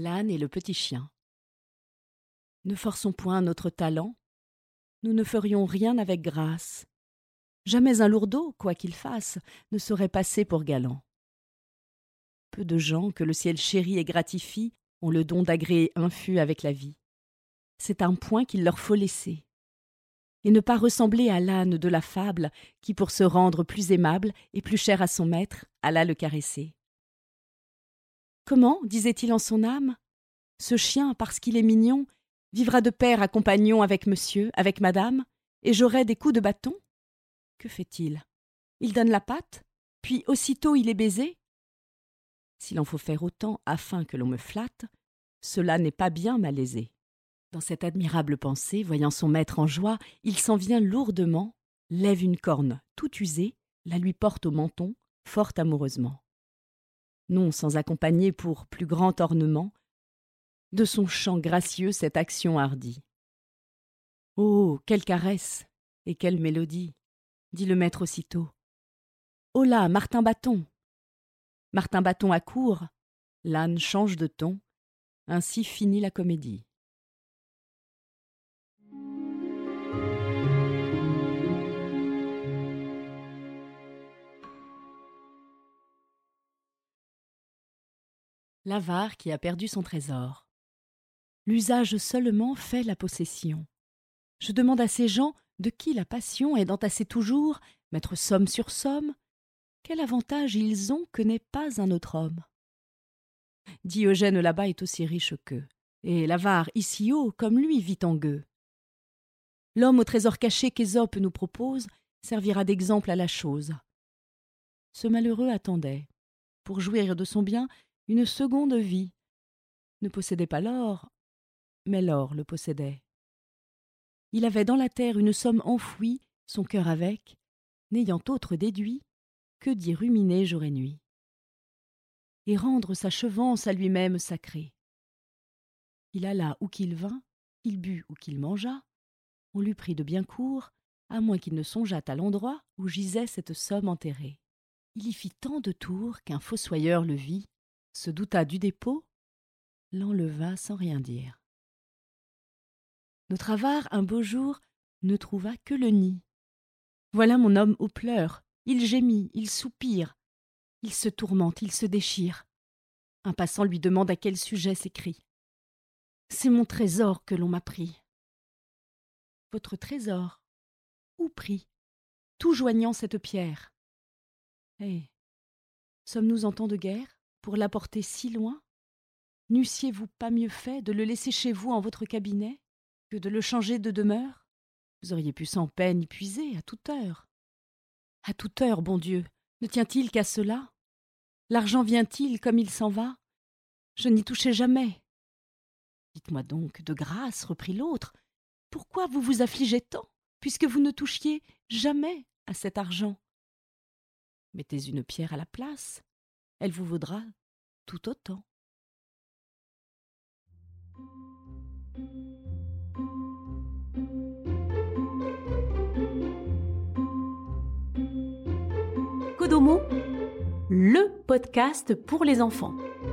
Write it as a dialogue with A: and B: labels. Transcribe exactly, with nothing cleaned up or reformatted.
A: L'âne et le petit chien. Ne forçons point notre talent, nous ne ferions rien avec grâce. Jamais un lourdeau, quoi qu'il fasse, ne saurait passer pour galant. Peu de gens que le ciel chérit et gratifie ont le don d'agréer infus avec la vie. C'est un point qu'il leur faut laisser. Et ne pas ressembler à l'âne de la fable qui, pour se rendre plus aimable et plus cher à son maître, alla le caresser. Comment, disait-il en son âme, ce chien, parce qu'il est mignon, vivra de pair à compagnon avec monsieur, avec madame, et j'aurai des coups de bâton? Que fait-il? Il donne la patte, puis aussitôt il est baisé? S'il en faut faire autant afin que l'on me flatte, cela n'est pas bien malaisé. Dans cette admirable pensée, voyant son maître en joie, il s'en vient lourdement, lève une corne tout usée, la lui porte au menton, fort amoureusement. Non sans accompagner pour plus grand ornement de son chant gracieux cette action hardie. Oh, quelle caresse et quelle mélodie, dit le maître aussitôt. Oh là, Martin Bâton! Martin Bâton accourt, l'âne change de ton, ainsi finit la comédie. L'avare qui a perdu son trésor. L'usage seulement fait la possession. Je demande à ces gens de qui la passion est d'entasser toujours, mettre somme sur somme, quel avantage ils ont que n'ait pas un autre homme. Diogène là-bas est aussi riche qu'eux, et l'avare ici haut comme lui vit en gueux. L'homme au trésor caché qu'Ésope nous propose servira d'exemple à la chose. Ce malheureux attendait, pour jouir de son bien, une seconde vie. Ne possédait pas l'or, mais l'or le possédait. Il avait dans la terre une somme enfouie, son cœur avec, n'ayant autre déduit que d'y ruminer jour et nuit, et rendre sa chevance à lui-même sacrée. Il alla où qu'il vint, qu'il but ou qu'il mangeât, on lui prit de bien court, à moins qu'il ne songeât à l'endroit où gisait cette somme enterrée. Il y fit tant de tours qu'un fossoyeur le vit, se douta du dépôt, l'enleva sans rien dire. Notre avare, un beau jour, ne trouva que le nid. Voilà mon homme aux pleurs, il gémit, il soupire, il se tourmente, il se déchire. Un passant lui demande à quel sujet ces cris. C'est mon trésor que l'on m'a pris. Votre trésor, où pris, tout joignant cette pierre? Eh, sommes-nous en temps de guerre, pour l'apporter si loin? N'eussiez-vous pas mieux fait de le laisser chez vous en votre cabinet, que de le changer de demeure? Vous auriez pu sans peine y puiser à toute heure. À toute heure, bon Dieu, ne tient-il qu'à cela? L'argent vient-il comme il s'en va? Je n'y touchai jamais. Dites-moi donc, de grâce, reprit l'autre, pourquoi vous vous affligez tant, puisque vous ne touchiez jamais à cet argent? Mettez une pierre à la place, elle vous vaudra tout autant.
B: Kodomo, le podcast pour les enfants.